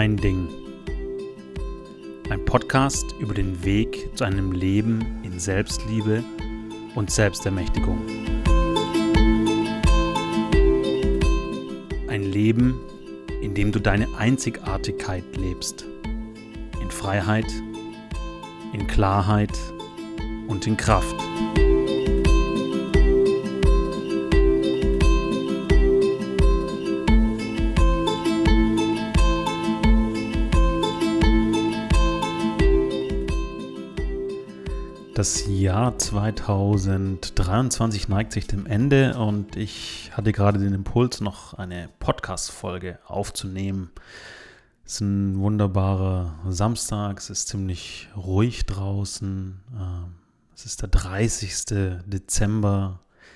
Dein Ding. Ein Podcast über den Weg zu einem Leben in Selbstliebe und Selbstermächtigung. Ein Leben, in dem du deine Einzigartigkeit lebst. In Freiheit, in Klarheit und in Kraft. Das Jahr 2023 neigt sich dem Ende und ich hatte gerade den Impuls, noch eine Podcast-Folge aufzunehmen. Es ist ein wunderbarer Samstag, es ist ziemlich ruhig draußen. Es ist der 30. Dezember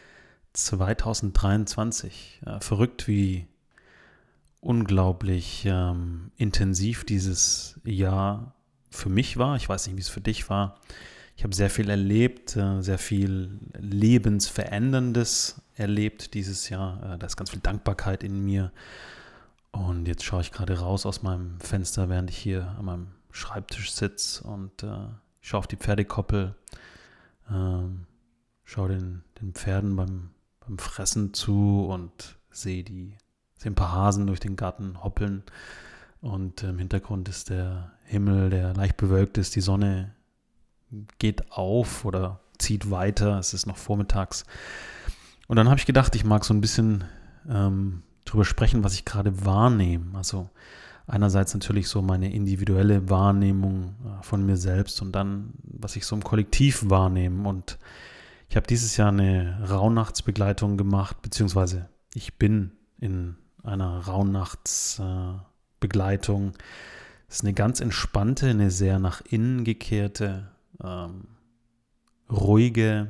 2023. Verrückt, wie unglaublich intensiv dieses Jahr für mich war. Ich weiß nicht, wie es für dich war. Ich habe sehr viel erlebt, sehr viel Lebensveränderndes erlebt dieses Jahr. Da ist ganz viel Dankbarkeit in mir. Und jetzt schaue ich gerade raus aus meinem Fenster, während ich hier an meinem Schreibtisch sitze und schaue auf die Pferdekoppel, schaue den Pferden beim Fressen zu und sehe ein paar Hasen durch den Garten hoppeln. Und im Hintergrund ist der Himmel, der leicht bewölkt ist, die Sonne geht auf oder zieht weiter, es ist noch vormittags. Und dann habe ich gedacht, ich mag so ein bisschen drüber sprechen, was ich gerade wahrnehme. Also einerseits natürlich so meine individuelle Wahrnehmung von mir selbst und dann, was ich so im Kollektiv wahrnehme. Und ich habe dieses Jahr eine Rauhnachtsbegleitung gemacht, beziehungsweise ich bin in einer Rauhnachtsbegleitung. Es ist eine ganz entspannte, eine sehr nach innen gekehrte, ruhige,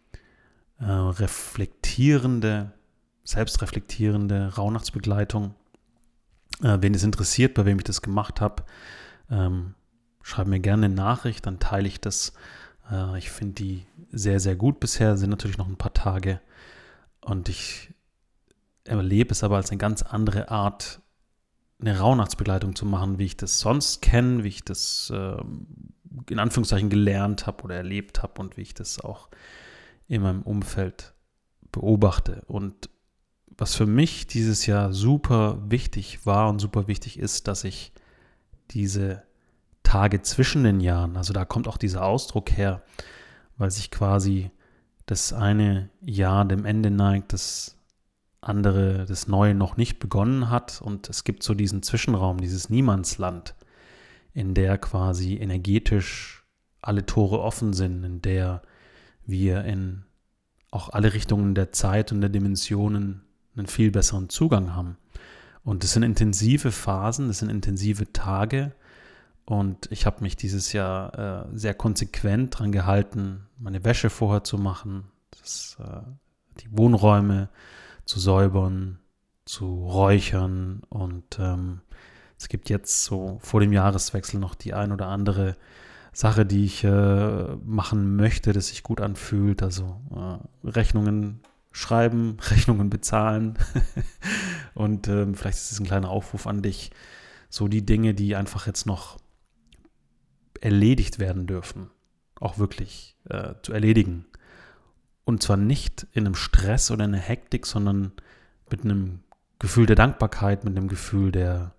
selbstreflektierende Rauhnachtsbegleitung. Wen es interessiert, bei wem ich das gemacht habe, schreib mir gerne eine Nachricht, dann teile ich das. Ich finde die sehr, sehr gut bisher, sind natürlich noch ein paar Tage und ich erlebe es aber als eine ganz andere Art, eine Rauhnachtsbegleitung zu machen, wie ich das sonst kenne, wie ich das in Anführungszeichen gelernt habe oder erlebt habe und wie ich das auch in meinem Umfeld beobachte. Und was für mich dieses Jahr super wichtig war und super wichtig ist, dass ich diese Tage zwischen den Jahren, also da kommt auch dieser Ausdruck her, weil sich quasi das eine Jahr dem Ende neigt, das andere, das Neue noch nicht begonnen hat und es gibt so diesen Zwischenraum, dieses Niemandsland, in der quasi energetisch alle Tore offen sind, in der wir in auch alle Richtungen der Zeit und der Dimensionen einen viel besseren Zugang haben. Und das sind intensive Phasen, das sind intensive Tage und ich habe mich dieses Jahr sehr konsequent daran gehalten, meine Wäsche vorher zu machen, die Wohnräume zu säubern, zu räuchern und es gibt jetzt so vor dem Jahreswechsel noch die ein oder andere Sache, die ich machen möchte, dass sich gut anfühlt, also Rechnungen schreiben, Rechnungen bezahlen und vielleicht ist es ein kleiner Aufruf an dich, so die Dinge, die einfach jetzt noch erledigt werden dürfen, auch wirklich zu erledigen. Und zwar nicht in einem Stress oder in einer Hektik, sondern mit einem Gefühl der Dankbarkeit, mit einem Gefühl der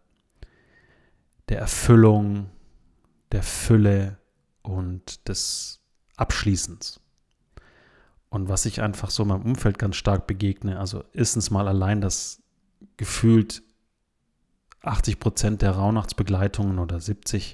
Erfüllung, der Fülle und des Abschließens. Und was ich einfach so in meinem Umfeld ganz stark begegne, also erstens mal allein, dass gefühlt 80% der Rauhnachtsbegleitungen oder 70%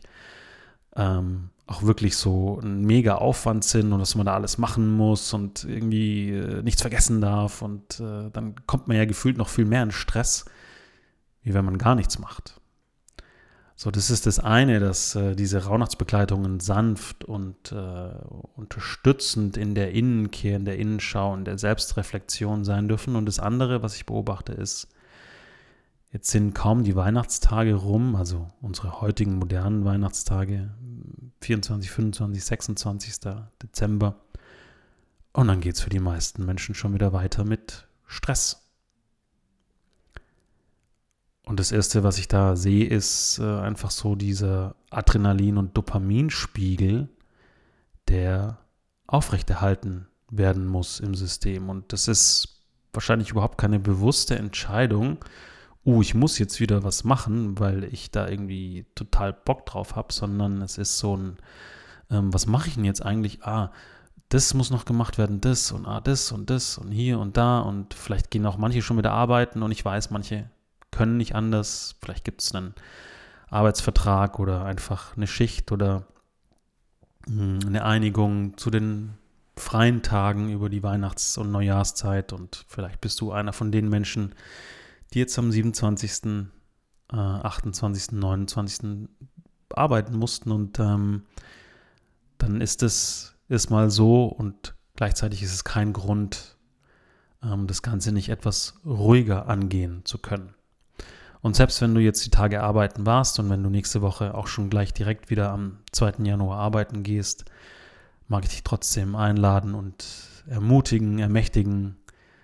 auch wirklich so ein mega Aufwand sind und dass man da alles machen muss und irgendwie nichts vergessen darf und dann kommt man ja gefühlt noch viel mehr in Stress, wie wenn man gar nichts macht. So, das ist das eine, dass diese Rauhnachtsbegleitungen sanft und unterstützend in der Innenkehr, in der Innenschau, in der Selbstreflexion sein dürfen. Und das andere, was ich beobachte, ist, jetzt sind kaum die Weihnachtstage rum, also unsere heutigen modernen Weihnachtstage, 24, 25, 26. Dezember. Und dann geht es für die meisten Menschen schon wieder weiter mit Stress. Und das Erste, was ich da sehe, ist einfach so dieser Adrenalin- und Dopaminspiegel, der aufrechterhalten werden muss im System. Und das ist wahrscheinlich überhaupt keine bewusste Entscheidung, ich muss jetzt wieder was machen, weil ich da irgendwie total Bock drauf habe, sondern es ist so ein, was mache ich denn jetzt eigentlich? Das muss noch gemacht werden, das und hier und da und vielleicht gehen auch manche schon wieder arbeiten und ich weiß, manche können nicht anders. Vielleicht gibt es einen Arbeitsvertrag oder einfach eine Schicht oder eine Einigung zu den freien Tagen über die Weihnachts- und Neujahrszeit und vielleicht bist du einer von den Menschen, die jetzt am 27., 28., 29. arbeiten mussten und dann ist es erstmal so und gleichzeitig ist es kein Grund, das Ganze nicht etwas ruhiger angehen zu können. Und selbst wenn du jetzt die Tage arbeiten warst und wenn du nächste Woche auch schon gleich direkt wieder am 2. Januar arbeiten gehst, mag ich dich trotzdem einladen und ermutigen, ermächtigen,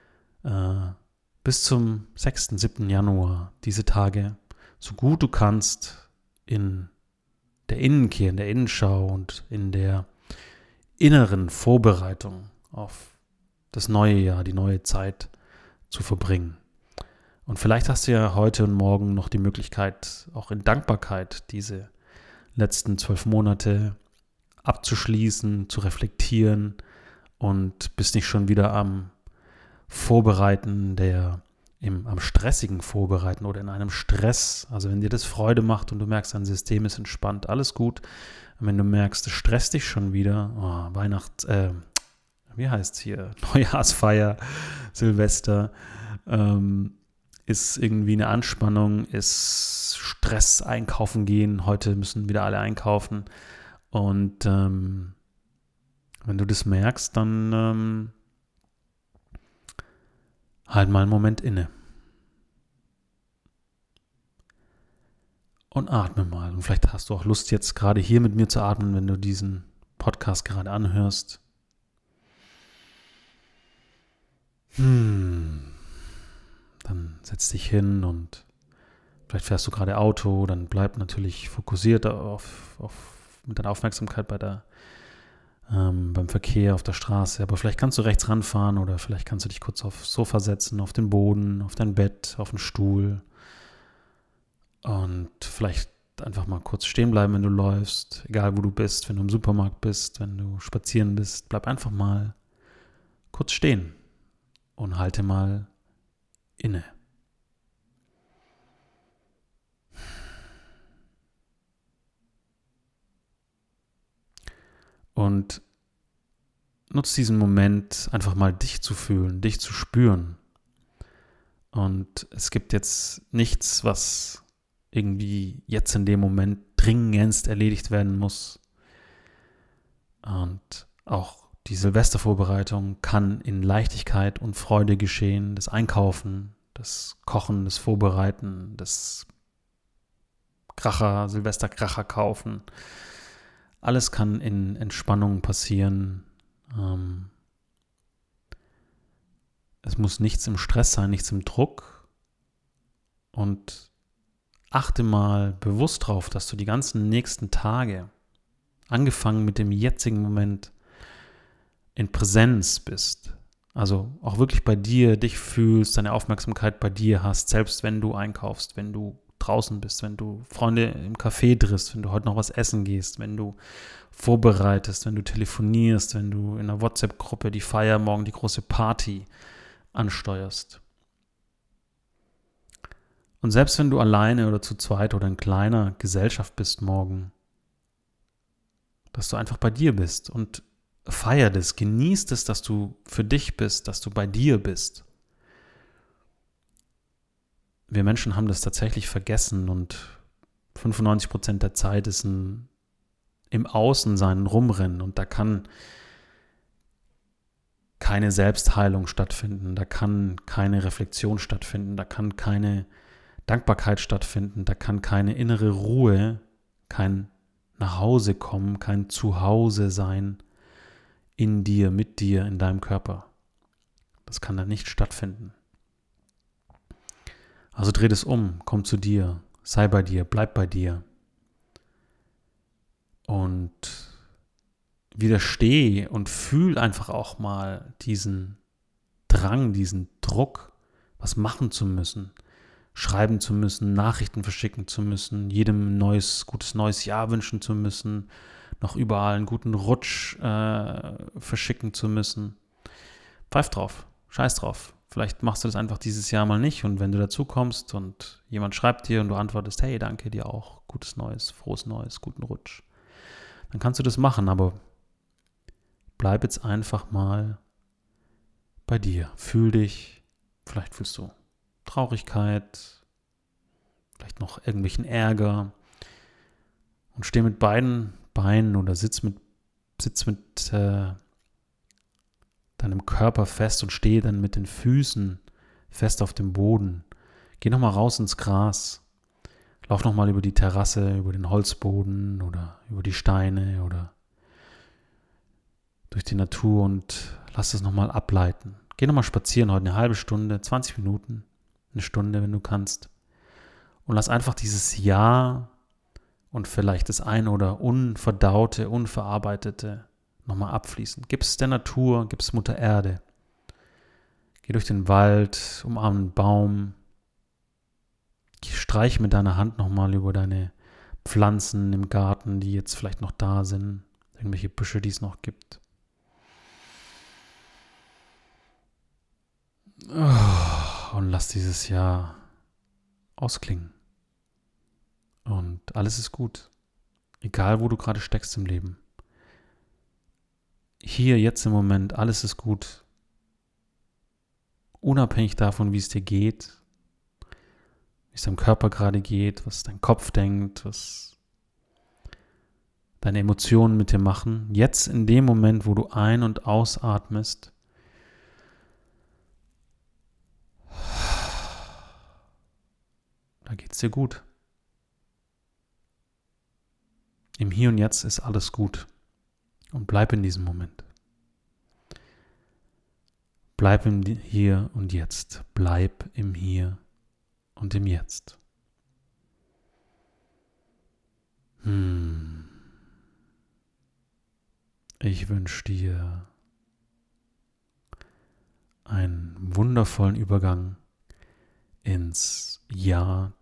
bis zum 6., 7. Januar diese Tage so gut du kannst in der Innenkehr, in der Innenschau und in der inneren Vorbereitung auf das neue Jahr, die neue Zeit zu verbringen. Und vielleicht hast du ja heute und morgen noch die Möglichkeit, auch in Dankbarkeit diese letzten 12 Monate abzuschließen, zu reflektieren und bist nicht schon wieder am Vorbereiten am stressigen Vorbereiten oder in einem Stress. Also wenn dir das Freude macht und du merkst, dein System ist entspannt, alles gut. Und wenn du merkst, es stresst dich schon wieder, wie heißt es hier, Neujahrsfeier, Silvester, ist irgendwie eine Anspannung, ist Stress, einkaufen gehen, heute müssen wieder alle einkaufen. Und wenn du das merkst, dann halt mal einen Moment inne. Und atme mal. Und vielleicht hast du auch Lust, jetzt gerade hier mit mir zu atmen, wenn du diesen Podcast gerade anhörst. Dann setz dich hin und vielleicht fährst du gerade Auto, dann bleib natürlich fokussiert mit deiner Aufmerksamkeit beim Verkehr auf der Straße. Aber vielleicht kannst du rechts ranfahren oder vielleicht kannst du dich kurz aufs Sofa setzen, auf den Boden, auf dein Bett, auf den Stuhl. Und vielleicht einfach mal kurz stehen bleiben, wenn du läufst, egal wo du bist, wenn du im Supermarkt bist, wenn du spazieren bist, bleib einfach mal kurz stehen und halte mal inne. Und nutz diesen Moment, einfach mal dich zu fühlen, dich zu spüren. Und es gibt jetzt nichts, was irgendwie jetzt in dem Moment dringendst erledigt werden muss. Und auch die Silvestervorbereitung kann in Leichtigkeit und Freude geschehen. Das Einkaufen, das Kochen, das Vorbereiten, das Silvesterkracher kaufen. Alles kann in Entspannung passieren. Es muss nichts im Stress sein, nichts im Druck. Und achte mal bewusst drauf, dass du die ganzen nächsten Tage, angefangen mit dem jetzigen Moment, in Präsenz bist. Also auch wirklich bei dir, dich fühlst, deine Aufmerksamkeit bei dir hast, selbst wenn du einkaufst, wenn du draußen bist, wenn du Freunde im Café triffst, wenn du heute noch was essen gehst, wenn du vorbereitest, wenn du telefonierst, wenn du in einer WhatsApp-Gruppe die Feier morgen, die große Party ansteuerst. Und selbst wenn du alleine oder zu zweit oder in kleiner Gesellschaft bist morgen, dass du einfach bei dir bist und feier das, genieß es, dass du für dich bist, dass du bei dir bist. Wir Menschen haben das tatsächlich vergessen und 95% der Zeit ist im Außensein, Rumrennen und da kann keine Selbstheilung stattfinden, da kann keine Reflexion stattfinden, da kann keine Dankbarkeit stattfinden, da kann keine innere Ruhe, kein Nachhause kommen, kein Zuhause sein in dir, mit dir, in deinem Körper. Das kann da nicht stattfinden. Also dreh das um, komm zu dir, sei bei dir, bleib bei dir. Und widersteh und fühl einfach auch mal diesen Drang, diesen Druck, was machen zu müssen, schreiben zu müssen, Nachrichten verschicken zu müssen, jedem gutes neues Jahr wünschen zu müssen, noch überall einen guten Rutsch verschicken zu müssen. Pfeif drauf, scheiß drauf. Vielleicht machst du das einfach dieses Jahr mal nicht und wenn du dazu kommst und jemand schreibt dir und du antwortest, hey, danke dir auch, gutes Neues, frohes Neues, guten Rutsch, dann kannst du das machen, aber bleib jetzt einfach mal bei dir. Fühl dich, vielleicht fühlst du Traurigkeit, vielleicht noch irgendwelchen Ärger und steh mit beiden Beinen oder sitz mit deinem Körper fest und stehe dann mit den Füßen fest auf dem Boden. Geh nochmal raus ins Gras. Lauf nochmal über die Terrasse, über den Holzboden oder über die Steine oder durch die Natur und lass es nochmal ableiten. Geh nochmal spazieren heute eine halbe Stunde, 20 Minuten, eine Stunde, wenn du kannst. Und lass einfach dieses Jahr und vielleicht das ein oder unverdaute, unverarbeitete nochmal abfließen. Gib es der Natur, gib es Mutter Erde. Geh durch den Wald, umarm einen Baum. Streich mit deiner Hand nochmal über deine Pflanzen im Garten, die jetzt vielleicht noch da sind. Irgendwelche Büsche, die es noch gibt. Und lass dieses Jahr ausklingen. Und alles ist gut. Egal, wo du gerade steckst im Leben. Hier, jetzt im Moment, alles ist gut. Unabhängig davon, wie es dir geht, wie es deinem Körper gerade geht, was dein Kopf denkt, was deine Emotionen mit dir machen. Jetzt in dem Moment, wo du ein- und ausatmest, da geht's dir gut. Im Hier und Jetzt ist alles gut. Und bleib in diesem Moment. Bleib im Hier und Jetzt. Bleib im Hier und im Jetzt. Ich wünsche dir einen wundervollen Übergang ins Jahr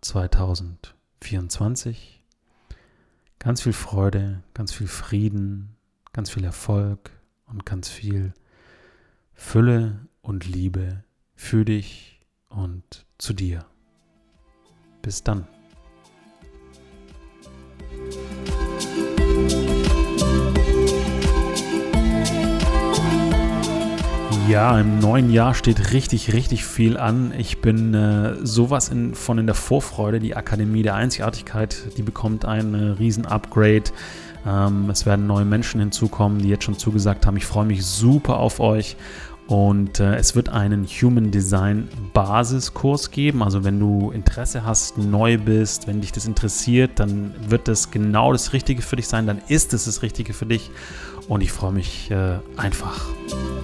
2024. Ganz viel Freude, ganz viel Frieden, ganz viel Erfolg und ganz viel Fülle und Liebe für dich und zu dir. Bis dann. Ja, im neuen Jahr steht richtig, richtig viel an. Ich bin sowas von in der Vorfreude. Die Akademie der Einzigartigkeit, die bekommt ein riesen Upgrade. Es werden neue Menschen hinzukommen, die jetzt schon zugesagt haben. Ich freue mich super auf euch. Und es wird einen Human Design Basiskurs geben. Also wenn du Interesse hast, neu bist, wenn dich das interessiert, dann wird das genau das Richtige für dich sein. Dann ist es das Richtige für dich. Und ich freue mich einfach.